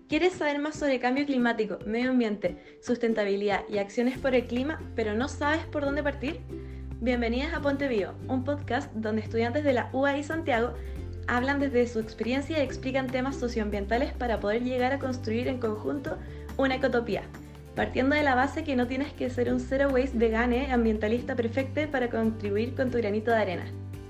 ¿Quieres saber más sobre cambio climático, medio ambiente, sustentabilidad y acciones por el clima, pero no sabes por dónde partir? Bienvenidas a Ponte Bio, un podcast donde estudiantes de la UAI Santiago hablan desde su experiencia y explican temas socioambientales para poder llegar a construir en conjunto una ecotopía, partiendo de la base que no tienes que ser un zero waste vegane ambientalista perfecto para contribuir con tu granito de arena.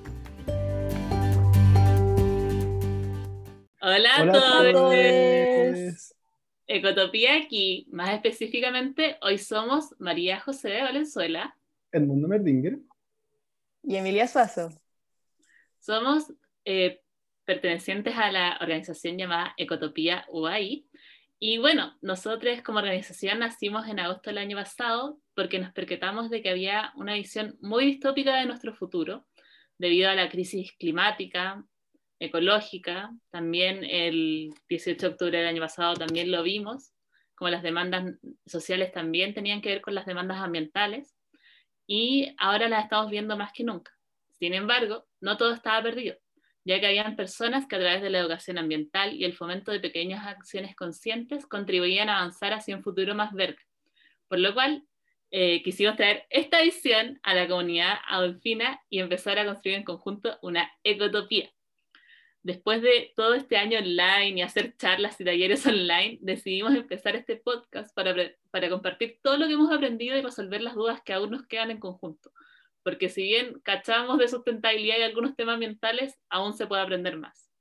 Hola a Hola a todos. todos. Ecotopía aquí, más específicamente, hoy somos María José de Valenzuela. Edmundo Merdinger. Y Emilia Suazo. Somos pertenecientes a la organización llamada Ecotopía UAI. Y bueno, nosotros como organización nacimos en agosto del año pasado porque nos percatamos de que había una visión muy distópica de nuestro futuro debido a la crisis climática, ecológica. También el 18 de octubre del año pasado también lo vimos, como las demandas sociales también tenían que ver con las demandas ambientales, y ahora las estamos viendo más que nunca. Sin embargo, no todo estaba perdido, ya que habían personas que a través de la educación ambiental y el fomento de pequeñas acciones conscientes contribuían a avanzar hacia un futuro más verde. Por lo cual, quisimos traer esta visión a la comunidad adolfina y empezar a construir en conjunto una ecotopía. Después de todo este año online y hacer charlas y talleres online, decidimos empezar este podcast para compartir todo lo que hemos aprendido y resolver las dudas que aún nos quedan en conjunto. Porque si bien cachamos de sustentabilidad y algunos temas ambientales, aún se puede aprender más.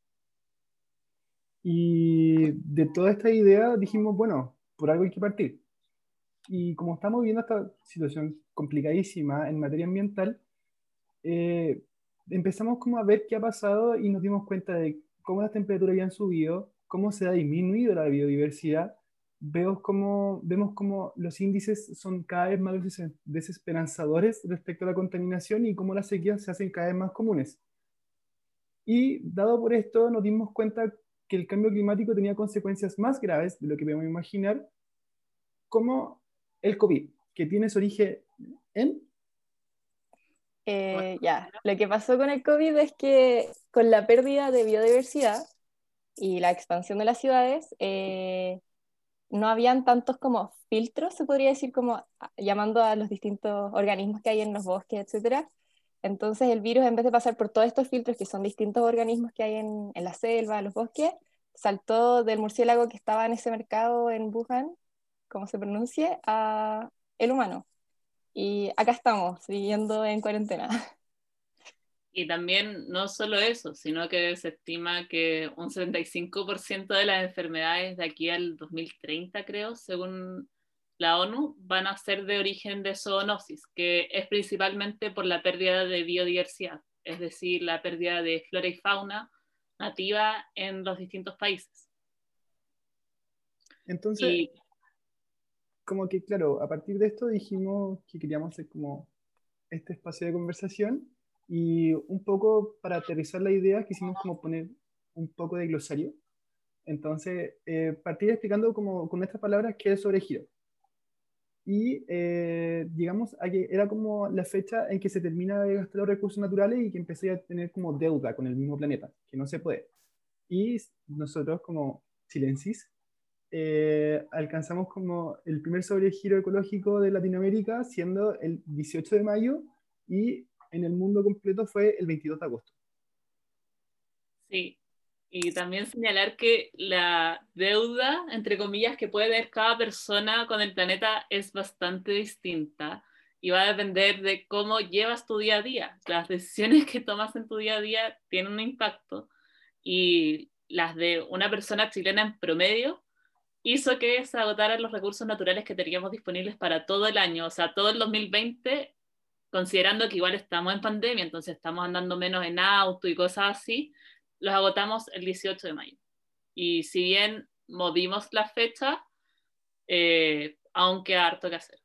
Y de toda esta idea dijimos, bueno, por algo hay que partir. Y como estamos viendo esta situación complicadísima en materia ambiental, empezamos como a ver qué ha pasado y nos dimos cuenta de cómo las temperaturas habían subido, cómo se ha disminuido la biodiversidad. Vemos cómo los índices son cada vez más desesperanzadores respecto a la contaminación y cómo las sequías se hacen cada vez más comunes. Y dado por esto nos dimos cuenta que el cambio climático tenía consecuencias más graves de lo que podemos imaginar, como el COVID, que tiene su origen en... Lo que pasó con el COVID es que con la pérdida de biodiversidad y la expansión de las ciudades, no habían tantos como filtros, se podría decir, como llamando a los distintos organismos que hay en los bosques, etcétera. Entonces el virus, en vez de pasar por todos estos filtros, que son distintos organismos que hay en la selva, en los bosques, saltó del murciélago que estaba en ese mercado en Wuhan, como se pronuncie, a el humano. Y acá estamos, viviendo en cuarentena. Y también no solo eso, sino que se estima que un 75% de las enfermedades de aquí al 2030, creo, según la ONU, van a ser de origen de zoonosis, que es principalmente por la pérdida de biodiversidad, es decir, la pérdida de flora y fauna nativa en los distintos países. Entonces, como que, claro, a partir de esto dijimos que queríamos hacer como este espacio de conversación y un poco para aterrizar la idea quisimos como poner un poco de glosario. Entonces, partir explicando como con estas palabras qué es sobregiro. Y digamos, era como la fecha en que se termina de gastar los recursos naturales y que empecé a tener como deuda con el mismo planeta, que no se puede. Y nosotros como chilensis alcanzamos como el primer sobregiro ecológico de Latinoamérica siendo el 18 de mayo y en el mundo completo fue el 22 de agosto. Sí, y también señalar que la deuda, entre comillas, que puede tener cada persona con el planeta es bastante distinta y va a depender de cómo llevas tu día a día. Las decisiones que tomas en tu día a día tienen un impacto y las de una persona chilena en promedio hizo que se agotaran los recursos naturales que teníamos disponibles para todo el año, o sea, todo el 2020, considerando que igual estamos en pandemia, entonces estamos andando menos en auto y cosas así, los agotamos el 18 de mayo. Y si bien movimos la fecha, aún queda harto que hacer.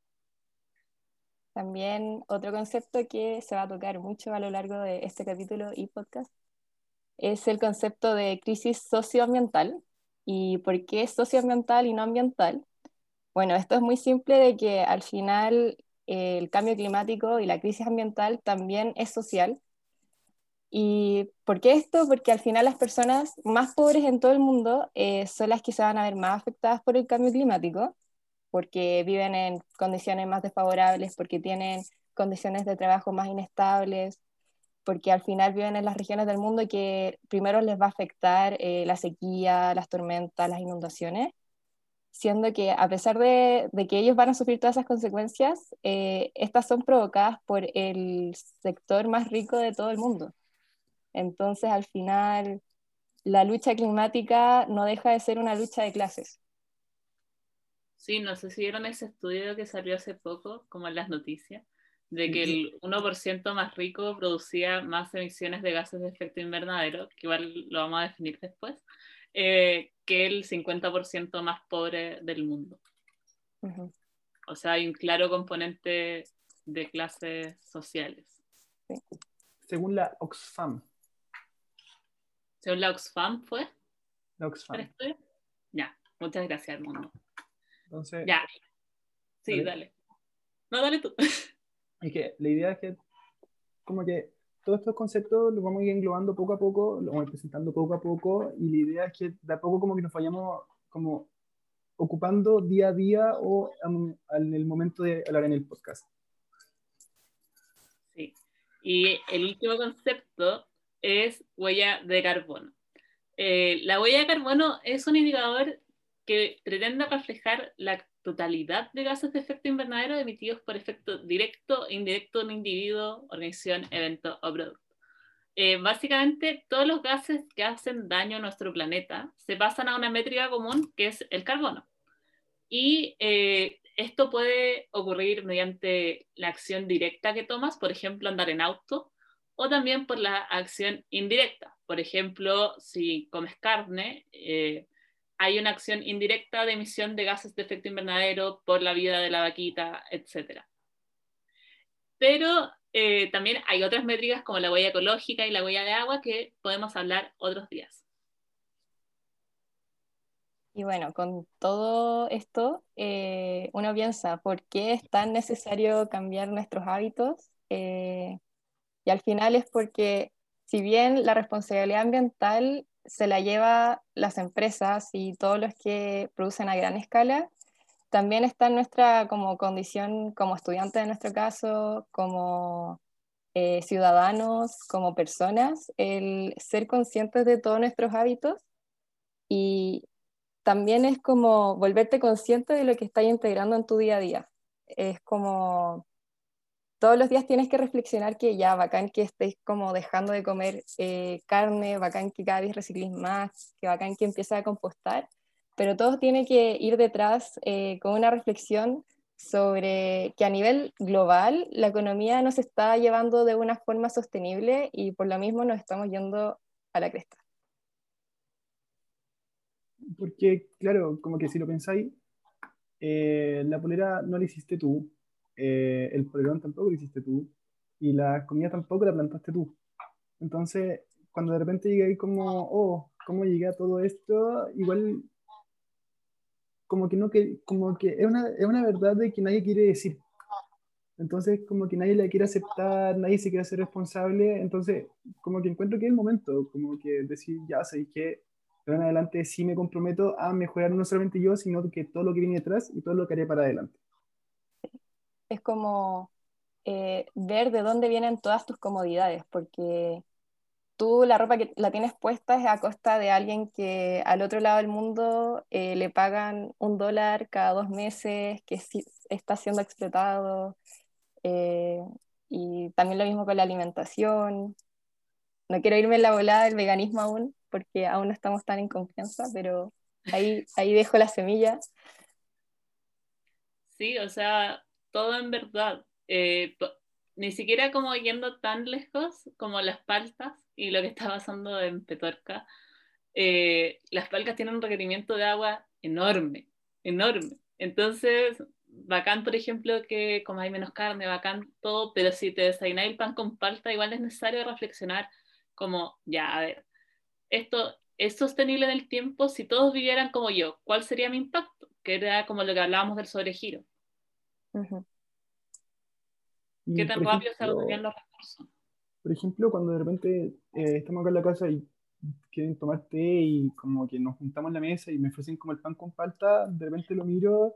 También otro concepto que se va a tocar mucho a lo largo de este capítulo y podcast es el concepto de crisis socioambiental. ¿Y por qué socioambiental y no ambiental? Bueno, esto es muy simple de que al final el cambio climático y la crisis ambiental también es social, ¿Y por qué esto? Porque al final las personas más pobres en todo el mundo son las que se van a ver más afectadas por el cambio climático, porque viven en condiciones más desfavorables, porque tienen condiciones de trabajo más inestables, porque al final viven en las regiones del mundo que primero les va a afectar la sequía, las tormentas, las inundaciones, siendo que a pesar de que ellos van a sufrir todas esas consecuencias, estas son provocadas por el sector más rico de todo el mundo. Entonces, al final, la lucha climática no deja de ser una lucha de clases. Sí, no sé si vieron ese estudio que salió hace poco, como en las noticias, de que Sí. el 1% más rico producía más emisiones de gases de efecto invernadero, que igual lo vamos a definir después, que el 50% más pobre del mundo. Uh-huh. O sea, hay un claro componente de clases sociales. Sí. Según la Oxfam. Según la Oxfam, ¿fue? La Oxfam. Ya, muchas gracias, Armando. Entonces, Ya, sí, dale. No, dale tú. es que la idea es que como que todos estos conceptos los vamos a ir englobando poco a poco, los vamos a ir presentando poco a poco, y la idea es que de a poco como que nos vayamos como ocupando día a día o en el momento de hablar en el podcast. Sí. Y el último concepto es huella de carbono. La huella de carbono es un indicador que pretende reflejar la totalidad de gases de efecto invernadero emitidos por efecto directo e indirecto de un individuo, organización, evento o producto. Básicamente, todos los gases que hacen daño a nuestro planeta se pasan a una métrica común que es el carbono. Y esto puede ocurrir mediante la acción directa que tomas, por ejemplo, andar en auto, o también por la acción indirecta. Por ejemplo, si comes carne, hay una acción indirecta de emisión de gases de efecto invernadero por la vida de la vaquita, etc. Pero también hay otras métricas como la huella ecológica y la huella de agua que podemos hablar otros días. Y bueno, con todo esto, uno piensa, ¿por qué es tan necesario cambiar nuestros hábitos? Y al final es porque, si bien la responsabilidad ambiental se la lleva las empresas y todos los que producen a gran escala, también está en nuestra como condición como estudiantes en nuestro caso, como ciudadanos, como personas, el ser conscientes de todos nuestros hábitos y también es como volverte consciente de lo que estás integrando en tu día a día. Es como todos los días tienes que reflexionar que ya, bacán que estéis como dejando de comer carne, bacán que cada vez recicléis más, que bacán que empieces a compostar, pero todo tiene que ir detrás con una reflexión sobre que a nivel global la economía nos está llevando de una forma sostenible y por lo mismo nos estamos yendo a la cresta. Porque, claro, como que si lo pensáis, la polera no la hiciste tú, el polerón tampoco lo hiciste tú, y la comida tampoco la plantaste tú. Entonces, cuando de repente llegué ahí como, oh, ¿cómo llegué a todo esto? Igual, como que no, como que es una verdad de que nadie quiere decir. Entonces, como que nadie la quiere aceptar, nadie se quiere hacer responsable. Entonces, como que encuentro que es el momento, como que decir, ya, sabéis que de ahora en adelante sí me comprometo a mejorar no solamente yo, sino que todo lo que viene detrás y todo lo que haré para adelante. Es como ver de dónde vienen todas tus comodidades, porque tú la ropa que la tienes puesta es a costa de alguien que al otro lado del mundo le pagan $1 cada 2 meses, que sí está siendo explotado, eh, y también lo mismo con la alimentación. No quiero irme en la volada del veganismo aún, porque aún no estamos tan en confianza, pero ahí dejo la semilla. Sí, o sea, todo en verdad. Ni siquiera como yendo tan lejos como las paltas y lo que está pasando en Petorca. Las palcas tienen un requerimiento de agua enorme, enorme. Entonces, bacán, por ejemplo, que comáis menos carne, bacán todo, pero si te desayunáis el pan con palta, igual es necesario reflexionar como, ya, a ver, esto es sostenible en el tiempo si todos vivieran como yo, ¿cuál sería mi impacto? Que era como lo que hablábamos del sobregiro. Ujú. ¿Qué Y, por tan rápido se ejemplo, agotarían los recursos? Por ejemplo, cuando de repente estamos acá en la casa y quieren tomar té y como que nos juntamos en la mesa y me ofrecen como el pan con palta, de repente lo miro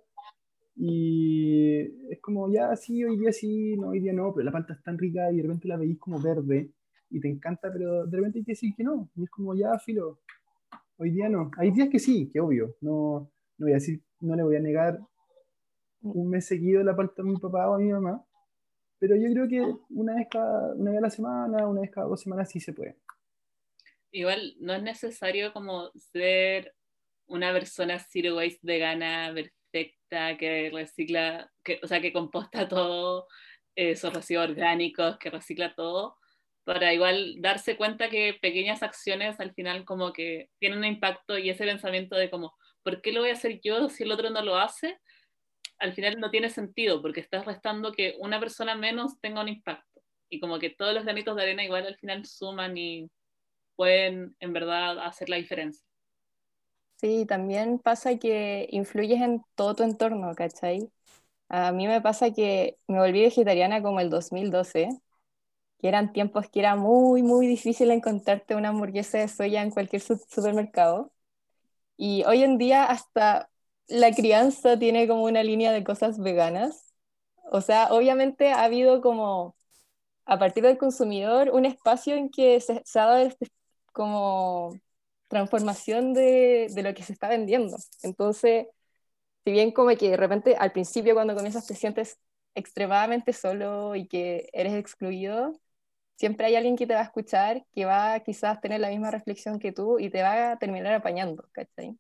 y es como, ya sí, hoy día sí, no, hoy día no, pero la palta es tan rica y de repente la veis como verde y te encanta, pero de repente hay que decir que no. Y es como, ya, filo, hoy día no. Hay días que sí, que obvio, no, no voy a decir, no le voy a negar un mes seguido la palta a mi papá o a mi mamá, pero yo creo que una vez a la semana, una vez cada 2 semanas sí se puede. Igual no es necesario como ser una persona zero waste vegana perfecta que recicla, o sea, que composta todo, sus residuos orgánicos, que recicla todo, para igual darse cuenta que pequeñas acciones al final como que tienen un impacto y ese pensamiento de como, ¿por qué lo voy a hacer yo si el otro no lo hace? Al final no tiene sentido porque estás restando que una persona menos tenga un impacto. Y como que todos los granitos de arena igual al final suman y pueden en verdad hacer la diferencia. Sí, también pasa que influyes en todo tu entorno, ¿cachai? A mí me pasa que me volví vegetariana como el 2012, que eran tiempos que era muy, muy difícil encontrarte una hamburguesa de soya en cualquier supermercado. Y hoy en día hasta la crianza tiene como una línea de cosas veganas. O sea, obviamente ha habido como, a partir del consumidor, un espacio en que se ha dado como transformación de lo que se está vendiendo. Entonces, si bien como que de repente al principio cuando comienzas te sientes extremadamente solo y que eres excluido, siempre hay alguien que te va a escuchar, que va a quizás tener la misma reflexión que tú y te va a terminar apañando, ¿cachai?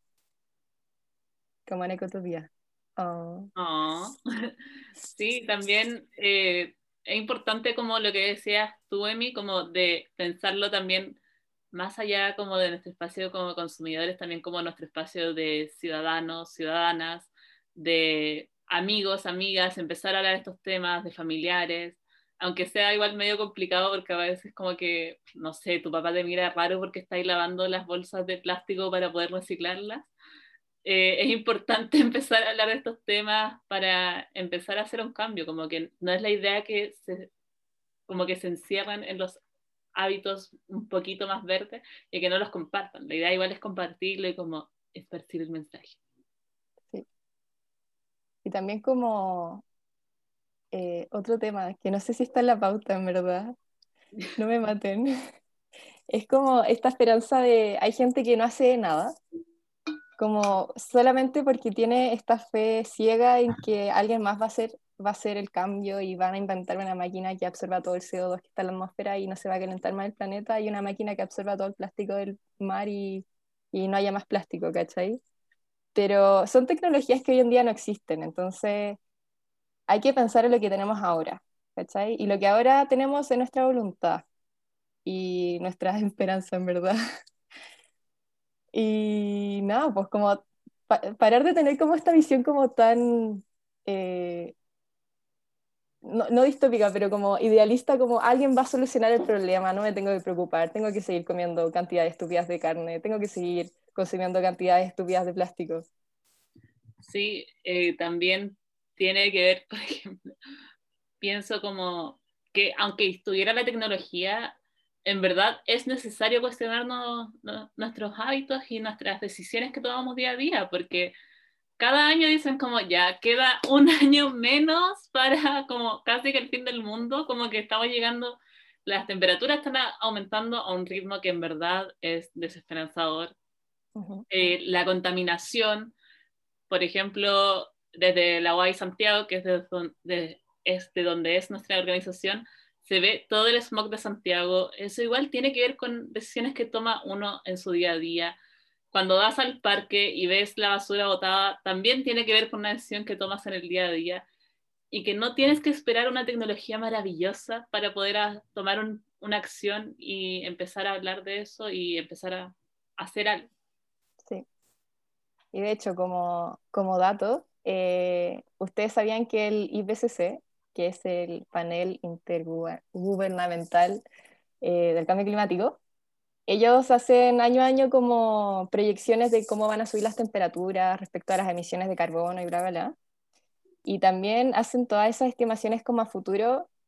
Como en Ecotopía. Oh. Oh. Sí, también es importante como lo que decías tú, Emi, como de pensarlo también más allá como de nuestro espacio como consumidores, también como nuestro espacio de ciudadanos, ciudadanas, de amigos, amigas, empezar a hablar de estos temas, de familiares, aunque sea igual medio complicado porque a veces como que, no sé, tu papá te mira raro porque estáis lavando las bolsas de plástico para poder reciclarlas. Es importante empezar a hablar de estos temas para empezar a hacer un cambio, como que no es la idea como que se encierren en los hábitos un poquito más verdes y que no los compartan. La idea igual es compartirlo y como esparcir el mensaje. Sí. Y también como otro tema, que no sé si está en la pauta, en verdad, no me maten. Es como esta esperanza de, hay gente que no hace nada, como solamente porque tiene esta fe ciega en que alguien más va a hacer el cambio y van a inventar una máquina que absorba todo el CO2 que está en la atmósfera y no se va a calentar más el planeta, y una máquina que absorba todo el plástico del mar y no haya más plástico, ¿cachai? Pero son tecnologías que hoy en día no existen, entonces hay que pensar en lo que tenemos ahora, ¿cachai? Y lo que ahora tenemos es nuestra voluntad y nuestra esperanza, en verdad. Y nada, pues como parar de tener como esta visión como tan, eh, no, no distópica, pero como idealista, como alguien va a solucionar el problema, no me tengo que preocupar, tengo que seguir comiendo cantidades estúpidas de carne, tengo que seguir consumiendo cantidades estúpidas de plástico. Sí, también tiene que ver, por ejemplo, pienso como que aunque estuviera la tecnología, en verdad es necesario cuestionarnos nuestros hábitos y nuestras decisiones que tomamos día a día, porque cada año dicen como ya queda un año menos para como casi que el fin del mundo, como que estamos llegando, las temperaturas están aumentando a un ritmo que en verdad es desesperanzador. Ujú. La contaminación, por ejemplo, desde la UAI Santiago, que es de donde es nuestra organización, se ve todo el smog de Santiago. Eso igual tiene que ver con decisiones que toma uno en su día a día. Cuando vas al parque y ves la basura botada, también tiene que ver con una decisión que tomas en el día a día y que no tienes que esperar una tecnología maravillosa para poder tomar una acción y empezar a hablar de eso y empezar a hacer algo. Sí. Y de hecho, como dato, ustedes sabían que el IPCC, que es el panel intergubernamental del cambio climático, ellos hacen año a año como proyecciones de cómo van a subir las temperaturas respecto a las emisiones de carbono y bla, bla, bla. Y también hacen todas esas estimaciones como a futuro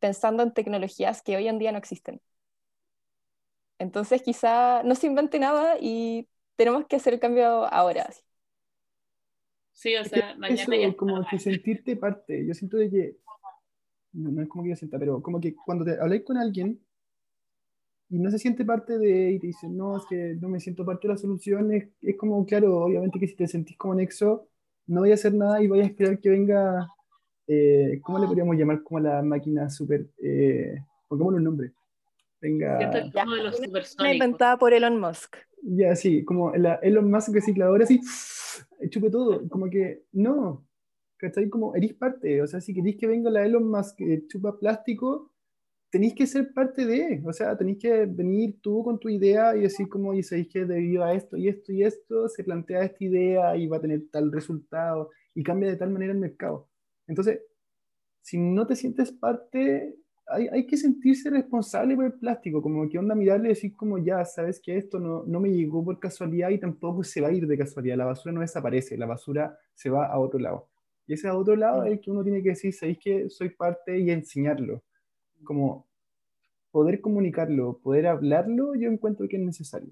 pensando en tecnologías que hoy en día no existen. Entonces quizá no se invente nada y tenemos que hacer el cambio ahora. Sí, o Es que sea, mañana ya eso, está. como que sentirte parte, yo siento de que, no es como que yo sienta, pero como que cuando te habláis con alguien y no se siente parte de, y te dicen, no, es que no me siento parte de la solución, es como, claro, obviamente que si te sentís como nexo, no voy a hacer nada y voy a esperar que venga, ¿cómo le podríamos llamar como la máquina super, pongámosle un nombre, Siento que venga, es Ya, como de los una supersónicos. inventada por Elon Musk. ya así, como la Elon Musk recicladora, así, chupe todo, como que, no, ¿cachai? Como eres parte, o sea, si queréis que venga la Elon Musk que chupa plástico, tenéis que ser parte de, o sea, tenéis que venir tú con tu idea y decir como, y sabéis que debido a esto y esto y esto, se plantea esta idea y va a tener tal resultado y cambia de tal manera el mercado. Entonces, si no te sientes parte, hay que sentirse responsable por el plástico, como que onda mirarle y decir como, ya, sabes que esto no me llegó por casualidad y tampoco se va a ir de casualidad, la basura no desaparece, la basura se va a otro lado. Y ese a otro lado es el que uno tiene que decir, sabéis que soy parte y enseñarlo. Como poder comunicarlo, poder hablarlo, yo encuentro que es necesario.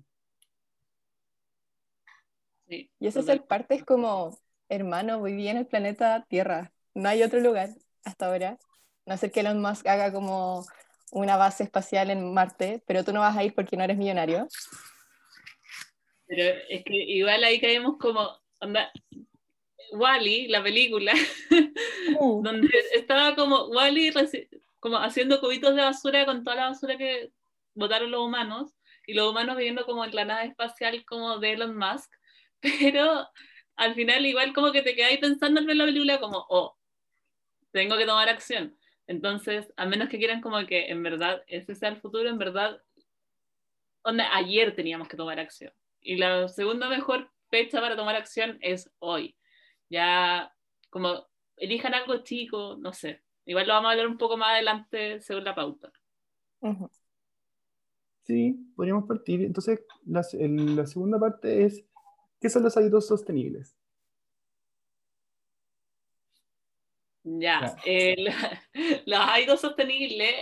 Sí, Y ese total. ser parte es como, hermano, viví en el planeta Tierra. No hay otro lugar hasta ahora. A no ser que Elon Musk haga como una base espacial en Marte, pero tú no vas a ir porque no eres millonario. Pero es que igual ahí caemos como, onda, Wall-E, la película, donde estaba como Wall-E como haciendo cubitos de basura con toda la basura que botaron los humanos, y los humanos viviendo como en la nave espacial como de Elon Musk, pero al final igual como que te quedáis pensando en ver la película como, oh, tengo que tomar acción. Entonces, a menos que quieran como que en verdad ese sea el futuro, en verdad, onda, ayer teníamos que tomar acción. Y la segunda mejor fecha para tomar acción es hoy. Ya, como elijan algo chico, no sé. Igual lo vamos a hablar un poco más adelante según la pauta. Ujú. Sí, podríamos partir. Entonces, la segunda parte es, ¿qué son los hábitos sostenibles? Ya, Ya. los hábitos sostenibles,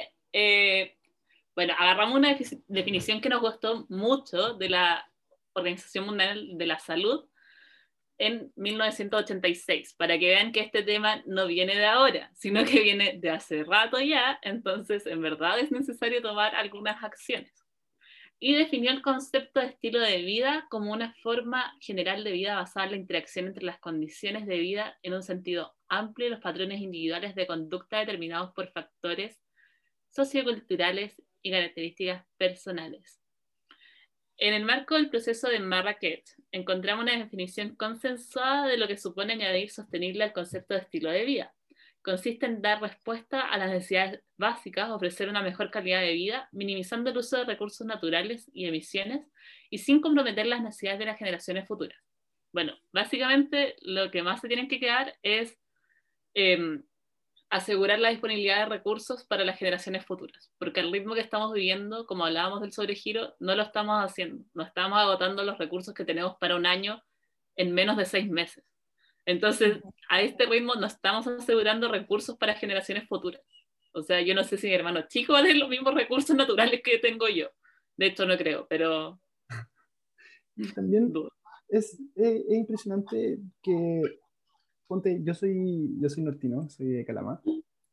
bueno, agarramos una definición que nos costó mucho de la Organización Mundial de la Salud en 1986, para que vean que este tema no viene de ahora, sino que viene de hace rato ya, entonces en verdad es necesario tomar algunas acciones. Y definió el concepto de estilo de vida como una forma general de vida basada en la interacción entre las condiciones de vida en un sentido amplio y los patrones individuales de conducta determinados por factores socioculturales y características personales. En el marco del proceso de Marrakech, encontramos una definición consensuada de lo que supone añadir sostenible al concepto de estilo de vida. Consiste en dar respuesta a las necesidades básicas, ofrecer una mejor calidad de vida, minimizando el uso de recursos naturales y emisiones, y sin comprometer las necesidades de las generaciones futuras. Bueno, básicamente lo que más se tienen que quedar es eh, asegurar la disponibilidad de recursos para las generaciones futuras, porque al ritmo que estamos viviendo, como hablábamos del sobregiro, no lo estamos haciendo, no estamos agotando los recursos que tenemos para un año en menos de 6 meses. Entonces, a este ritmo no estamos asegurando recursos para generaciones futuras. O sea, yo no sé si mi hermano chico va a tener los mismos recursos naturales que tengo yo. De hecho, no creo, pero Y también dudo. es impresionante que, ponte, yo soy nortino, soy de Calama,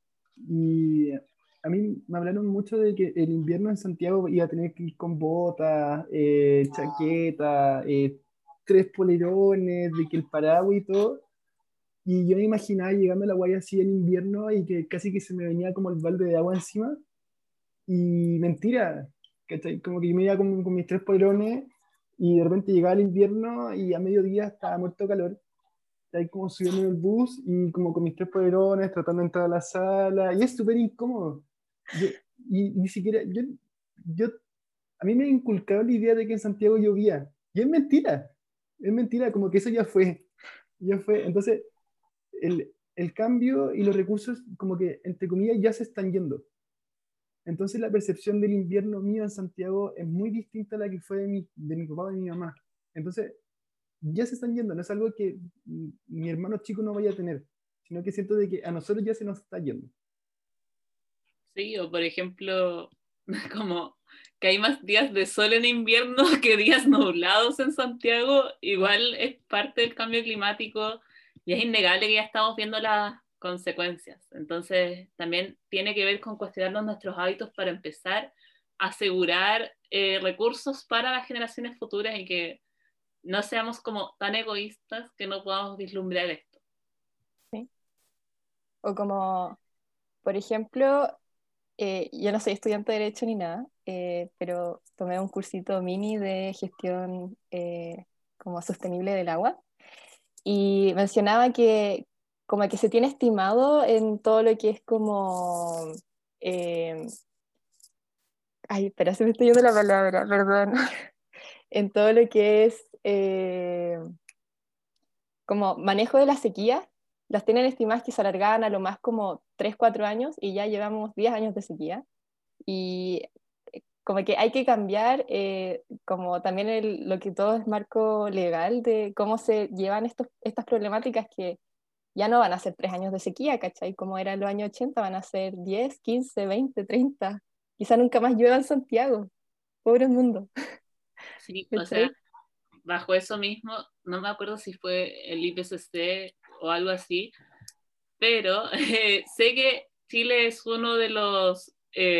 y a mí me hablaron mucho de que el invierno en Santiago iba a tener que ir con botas, chaqueta, tres polerones, de que el paraguas y todo. Y yo me imaginaba llegando a la guaya así en invierno y que casi que se me venía como el balde de agua encima. Y mentira, ¿cachai? Como que yo me iba con mis tres polerones y de repente llegaba el invierno y a mediodía estaba muerto de calor. Ahí como subiendo en el bus y como con mis tres polerones tratando de entrar a la sala. Y es súper incómodo. Yo, y ni siquiera, yo, a mí me inculcaron la idea de que en Santiago llovía. Y es mentira, como que eso ya fue. Ya fue. Entonces, el cambio y los recursos como que, entre comillas, ya se están yendo. Entonces la percepción del invierno mío en Santiago es muy distinta a la que fue de mi papá o de mi mamá. Entonces ya se están yendo, no es algo que mi hermano chico no vaya a tener, sino que siento de que a nosotros ya se nos está yendo. Sí, o por ejemplo, como que hay más días de sol en invierno que días nublados en Santiago, igual es parte del cambio climático y es innegable que ya estamos viendo las consecuencias. Entonces, también tiene que ver con cuestionarnos nuestros hábitos para empezar a asegurar recursos para las generaciones futuras y que no seamos como tan egoístas que no podamos vislumbrar esto. ¿sí? O como, por ejemplo, yo no soy estudiante de Derecho ni nada, pero tomé un cursito mini de gestión como sostenible del agua y mencionaba que como que se tiene estimado en todo lo que es como... eh, ay, espera, se me está yendo la palabra, perdón. En todo lo que es como manejo de la sequía, las tienen estimadas que se alargaban a lo más como 3 4 años y ya llevamos 10 años de sequía. Y como que hay que cambiar como también lo que todo es marco legal de cómo se llevan estas problemáticas que ya no van a ser 3 años de sequía, ¿cachai? Como era en los años 80, van a ser 10 15 20 30. Quizá nunca más llueva en Santiago. Pobre mundo, Sí, o sea, ¿cachai? bajo eso mismo, no me acuerdo si fue el IPCC o algo así, pero sé que Chile es uno de los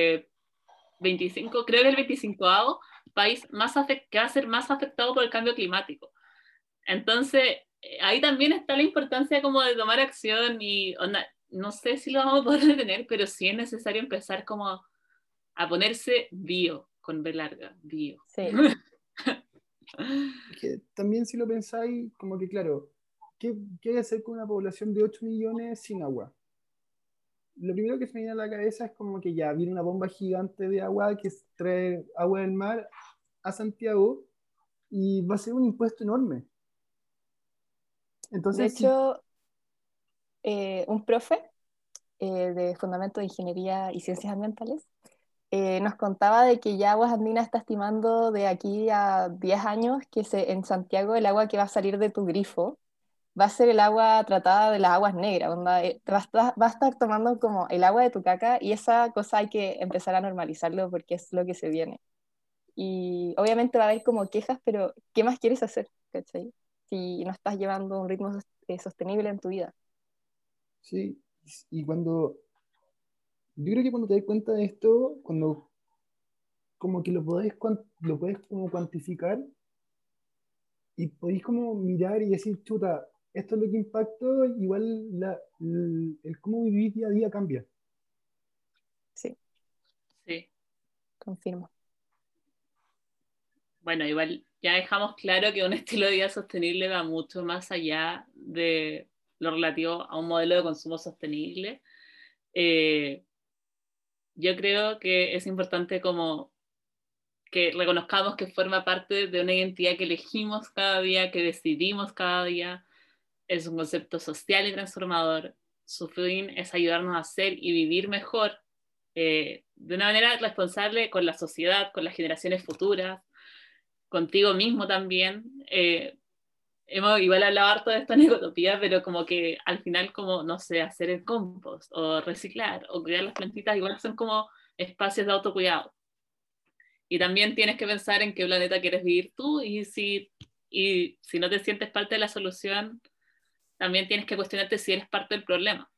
25, creo que el 25º país que va a ser más afectado por el cambio climático. Entonces, ahí también está la importancia como de tomar acción y onda, no sé si lo vamos a poder detener, pero sí es necesario empezar como a ponerse bio, con B larga, bio. Sí, Es que también si lo pensáis, como que claro, ¿qué hay que hacer con una población de 8 millones sin agua? Lo primero que se me viene a la cabeza es como que ya viene una bomba gigante de agua que trae agua del mar a Santiago y va a ser un impuesto enorme. de Entonces, sí, hecho, un profe de Fundamento de Ingeniería y Ciencias Ambientales nos contaba de que ya Aguas Andinas está estimando de aquí a 10 años que en Santiago el agua que va a salir de tu grifo va a ser el agua tratada de las aguas negras, onda, va a estar tomando como el agua de tu caca y esa cosa hay que empezar a normalizarlo porque es lo que se viene. Y obviamente va a haber como quejas, pero ¿qué más quieres hacer? ¿Cachai? Si no estás llevando un ritmo sostenible en tu vida. sí. Y yo creo que cuando te das cuenta de esto, cuando como que lo puedes como cuantificar y podéis como mirar y decir, chuta, esto es lo que impactó, igual el cómo vivir día a día cambia. Sí, Sí. confirmo. Bueno, igual ya dejamos claro que un estilo de vida sostenible va mucho más allá de lo relativo a un modelo de consumo sostenible. Eh, yo creo que es importante como que reconozcamos que forma parte de una identidad que elegimos cada día, que decidimos cada día. Es un concepto social y transformador. Su fin es ayudarnos a ser y vivir mejor de una manera responsable con la sociedad, con las generaciones futuras, contigo mismo también. Hemos igual hablado harto de esto en Ecotopía, pero como que al final como, no sé, hacer el compost o reciclar o cuidar las plantitas, igual son como espacios de autocuidado. Y también tienes que pensar en qué planeta quieres vivir tú y si no te sientes parte de la solución, también tienes que cuestionarte si eres parte del problema.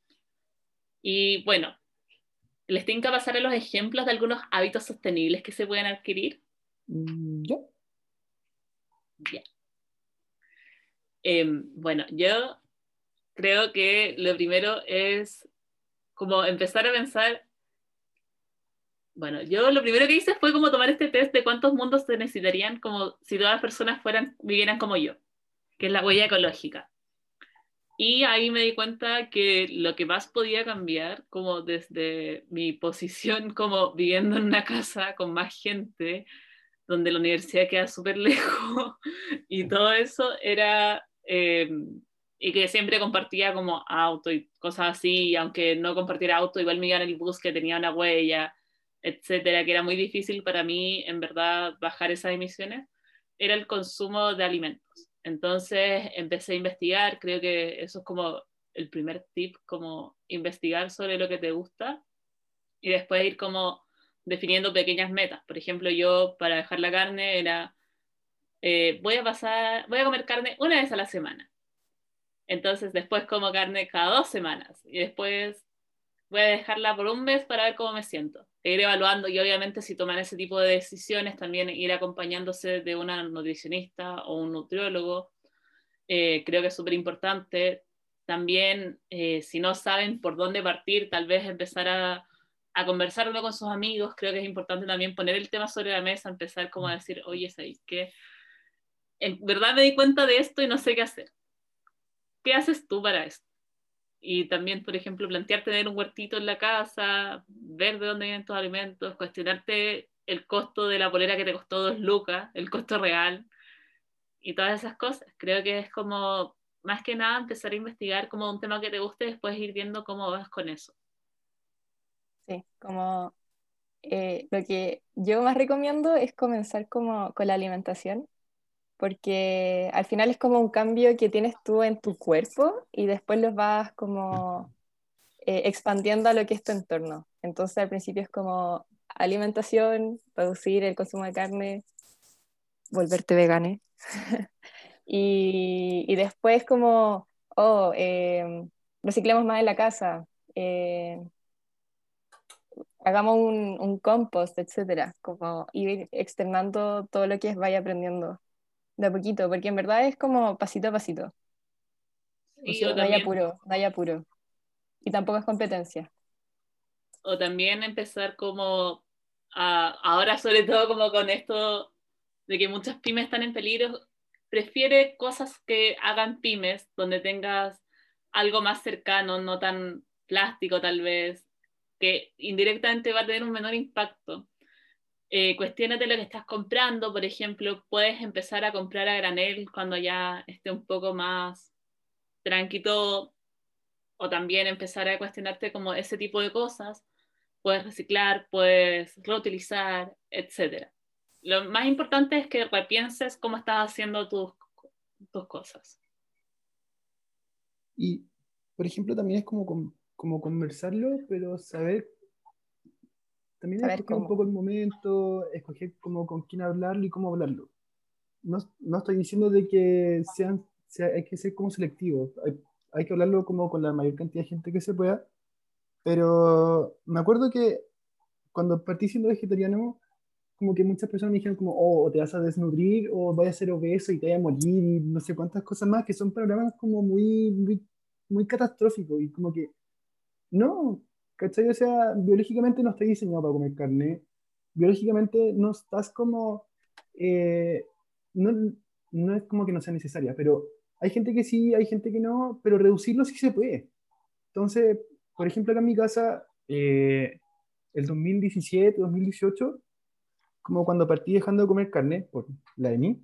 Y bueno, les tengo que pasar a los ejemplos de algunos hábitos sostenibles que se pueden adquirir. Ya. Ya. Bueno, yo creo que lo primero es como empezar a pensar, bueno, yo lo primero que hice fue como tomar este test de cuántos mundos se necesitarían como si todas las personas vivieran como yo, que es la huella ecológica. Y ahí me di cuenta que lo que más podía cambiar, como desde mi posición como viviendo en una casa con más gente, donde la universidad queda súper lejos y todo eso era, y que siempre compartía como auto y cosas así, y aunque no compartiera auto, igual me iba en el bus que tenía una huella, etcétera, que era muy difícil para mí, en verdad, bajar esas emisiones, era el consumo de alimentos. Entonces empecé a investigar, creo que eso es como el primer tip, como investigar sobre lo que te gusta y después ir como definiendo pequeñas metas. Por ejemplo, yo para dejar la carne era, voy a comer carne una vez a la semana. Entonces después como carne cada 2 semanas y después voy a dejarla por un mes para ver cómo me siento. E ir evaluando y obviamente si toman ese tipo de decisiones también ir acompañándose de una nutricionista o un nutriólogo. Creo que es súper importante. También si no saben por dónde partir, tal vez empezar a conversarlo con sus amigos. Creo que es importante también poner el tema sobre la mesa, empezar como a decir, oye, ¿sabes qué? En verdad me di cuenta de esto y no sé qué hacer. ¿Qué haces tú para esto? Y también, por ejemplo, plantear tener un huertito en la casa, ver de dónde vienen tus alimentos, cuestionarte el costo de la polera que te costó 2 lucas, el costo real y todas esas cosas. Creo que es como, más que nada, empezar a investigar como un tema que te guste y después ir viendo cómo vas con eso. Sí, como lo que yo más recomiendo es comenzar como con la alimentación, porque al final es como un cambio que tienes tú en tu cuerpo y después los vas como expandiendo a lo que es tu entorno. Entonces al principio es como alimentación, reducir el consumo de carne, volverte vegane. Y después como, oh, reciclemos más en la casa, eh, hagamos un compost, etcétera, como ir externando todo lo que vaya aprendiendo de a poquito, porque en verdad es como pasito a pasito, Sí, o no hay también, apuro, no hay apuro, y tampoco es competencia. o también empezar como, ahora sobre todo como con esto de que muchas pymes están en peligro, prefiere cosas que hagan pymes, donde tengas algo más cercano, no tan plástico tal vez, que indirectamente va a tener un menor impacto. Cuestiónate lo que estás comprando, por ejemplo, puedes empezar a comprar a granel cuando ya esté un poco más tranquilo, o también empezar a cuestionarte como ese tipo de cosas. Puedes reciclar, puedes reutilizar, etcétera. Lo más importante es que repienses cómo estás haciendo tus cosas. Y, por ejemplo, también es como, como conversarlo, pero saber, también Saber escoger un cómo. poco el momento, escoger como con quién hablarlo y cómo hablarlo. No, no estoy diciendo de que hay que ser como selectivo, hay que hablarlo como con la mayor cantidad de gente que se pueda, pero me acuerdo que cuando partí siendo vegetariano, como que muchas personas me dijeron como, oh, o te vas a desnutrir, o vas a ser obeso y te vas a morir, y no sé cuántas cosas más, que son programas como muy catastróficos, y como que, no, ¿cachai? O sea, biológicamente no estás diseñado para comer carne, biológicamente no estás como, eh, no, no es como que no sea necesaria, pero hay gente que sí, hay gente que no, pero reducirlo sí se puede. Entonces, por ejemplo, acá en mi casa, el 2017, 2018, como cuando partí dejando de comer carne por la ENI,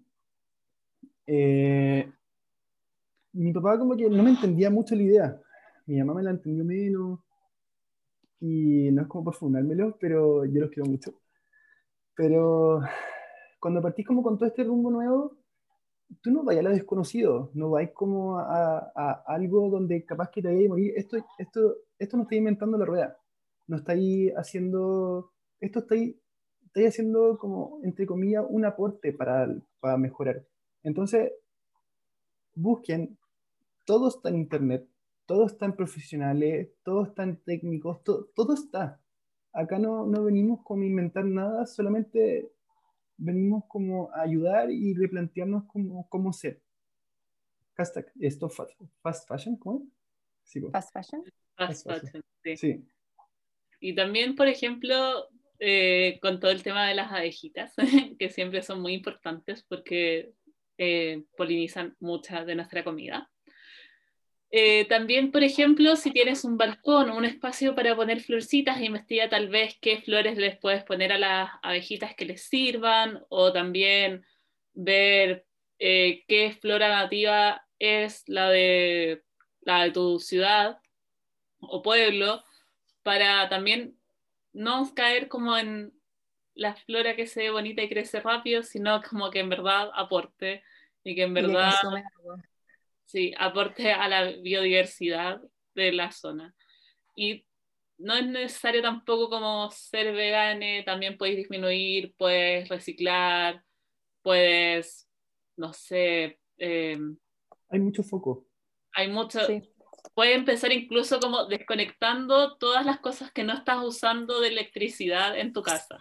eh, mi papá como que no me entendía mucho la idea. Mi mamá me la entendió menos y no es como por fundármelo, pero yo los quiero mucho. Pero cuando partís como con todo este rumbo nuevo, tú no vayas a lo desconocido, no vais como a algo donde capaz que te vayas a morir. Esto no estáis inventando la rueda, no estáis haciendo, esto estáis haciendo como, entre comillas, un aporte para mejorar. Entonces, busquen, todo está en internet, todo está en profesionales, todo está en técnicos, todo está. Acá no venimos como a inventar nada, solamente venimos como a ayudar y replantearnos cómo ser. Hashtag, esto fast fashion, ¿cómo es? Sí, po, Fast fashion. Fast fast fashion. fashion, sí. Sí, Y también, por ejemplo, con todo el tema de las abejitas, que siempre son muy importantes porque polinizan mucha de nuestra comida. También, por ejemplo, si tienes un balcón o un espacio para poner florcitas, investiga tal vez qué flores les puedes poner a las abejitas que les sirvan, o también ver qué flora nativa es la de tu ciudad o pueblo, para también no caer como en la flora que se ve bonita y crece rápido, sino como que en verdad aporte y que en Y que verdad consume agua. sí, aporte a la biodiversidad de la zona. Y no es necesario tampoco como ser vegane, también puedes disminuir, puedes reciclar, puedes, no sé, Hay mucho foco. hay mucho, Sí. puedes empezar incluso como desconectando todas las cosas que no estás usando de electricidad en tu casa.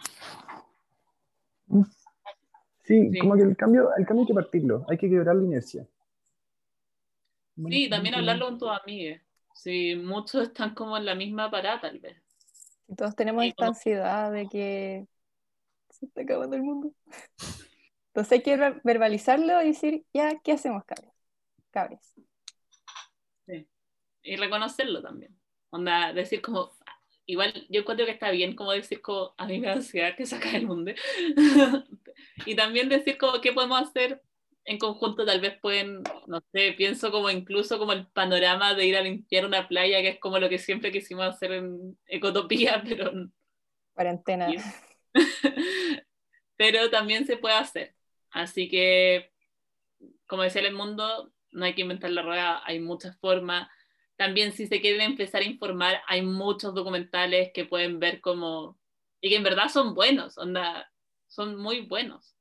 Sí, Sí, como que el cambio hay que partirlo, hay que quebrar la inercia. Bueno, sí, también hablarlo con tus amigos. Sí, muchos están como en la misma parada tal vez. Y todos tenemos Y esta como, ansiedad de que se está acabando el mundo. Entonces hay que verbalizarlo y decir, ya, ¿qué hacemos, cabres? sí. Y reconocerlo también. Onda, decir como, igual yo encuentro que está bien como decir como, a mí me da ansiedad que se acabe el mundo. Y también decir como, ¿qué podemos hacer en conjunto? Tal vez pueden, no sé, pienso como incluso como el panorama de ir a limpiar una playa, que es como lo que siempre quisimos hacer en Ecotopía, pero, Cuarentena. pero también se puede hacer. Así que, como decía el mundo, no hay que inventar la rueda, hay muchas formas. También si se quieren empezar a informar, hay muchos documentales que pueden ver como, y que en verdad son buenos, onda, son muy buenos.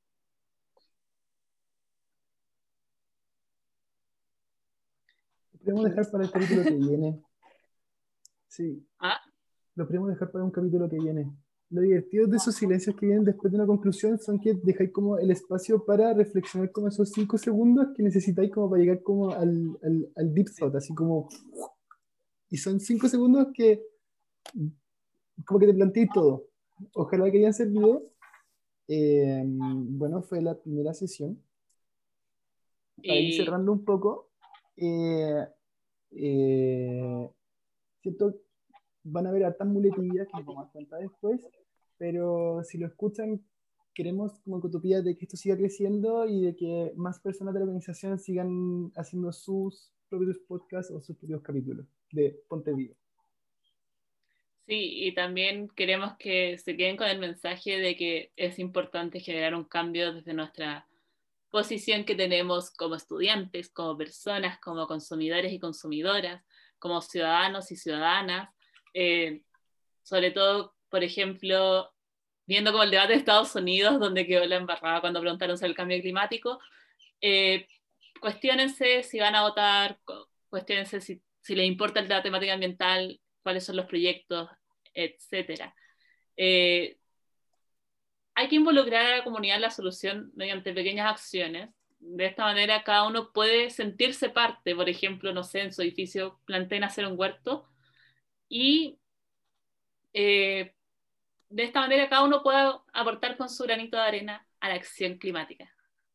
Lo podemos dejar para el capítulo que viene. Sí, ¿Ah? lo podemos dejar para un capítulo que viene. Lo divertido de esos silencios que vienen después de una conclusión son que dejáis como el espacio para reflexionar como esos 5 segundos que necesitáis como para llegar como al deep thought, así como... Y son 5 segundos que como que te planteé todo. Ojalá que hayan servido. Bueno, fue la primera sesión. Para ir Y cerrando un poco, eh, eh, siento van a haber hartas muletillas que nos vamos a dar cuenta después, pero si lo escuchan, queremos como Ecotopía de que esto siga creciendo y de que más personas de la organización sigan haciendo sus propios podcasts o sus propios capítulos de Ponte Vivo. sí, y también queremos que se queden con el mensaje de que es importante generar un cambio desde nuestra posición que tenemos como estudiantes, como personas, como consumidores y consumidoras, como ciudadanos y ciudadanas. Sobre todo, por ejemplo, viendo como el debate de Estados Unidos, donde quedó la embarrada cuando preguntaron sobre el cambio climático, eh, cuestiónense si van a votar, cuestiónense si les importa la temática ambiental, cuáles son los proyectos, etcétera. Hay que involucrar a la comunidad en la solución mediante pequeñas acciones. De esta manera cada uno puede sentirse parte, por ejemplo, no sé, en su edificio planteen hacer un huerto y de esta manera cada uno puede aportar con su granito de arena a la acción climática.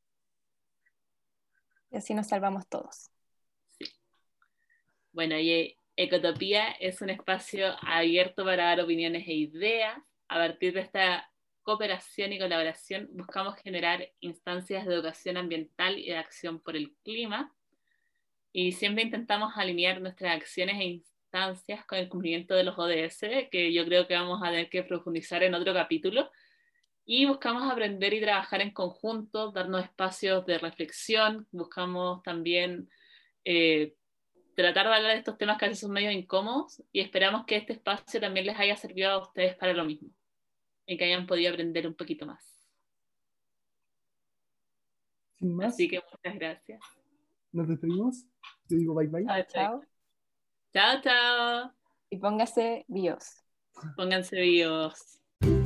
Y así nos salvamos todos. Sí. Bueno, y Ecotopía es un espacio abierto para dar opiniones e ideas. A partir de esta cooperación y colaboración buscamos generar instancias de educación ambiental y de acción por el clima. Y siempre intentamos alinear nuestras acciones e instancias con el cumplimiento de los ODS, que yo creo que vamos a tener que profundizar en otro capítulo. Y buscamos aprender y trabajar en conjunto, darnos espacios de reflexión, buscamos también tratar de hablar de estos temas que a veces son medio incómodos y esperamos que este espacio también les haya servido a ustedes para lo mismo y que hayan podido aprender un poquito más. Sin más, Así que muchas gracias. nos despedimos. Yo digo bye bye. Chao, chao. Chao, chao. Y póngase bios. Pónganse vivos.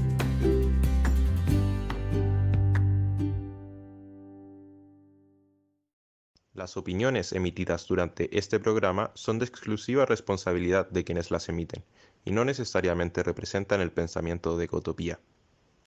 Las opiniones emitidas durante este programa son de exclusiva responsabilidad de quienes las emiten y no necesariamente representan el pensamiento de Ecotopía.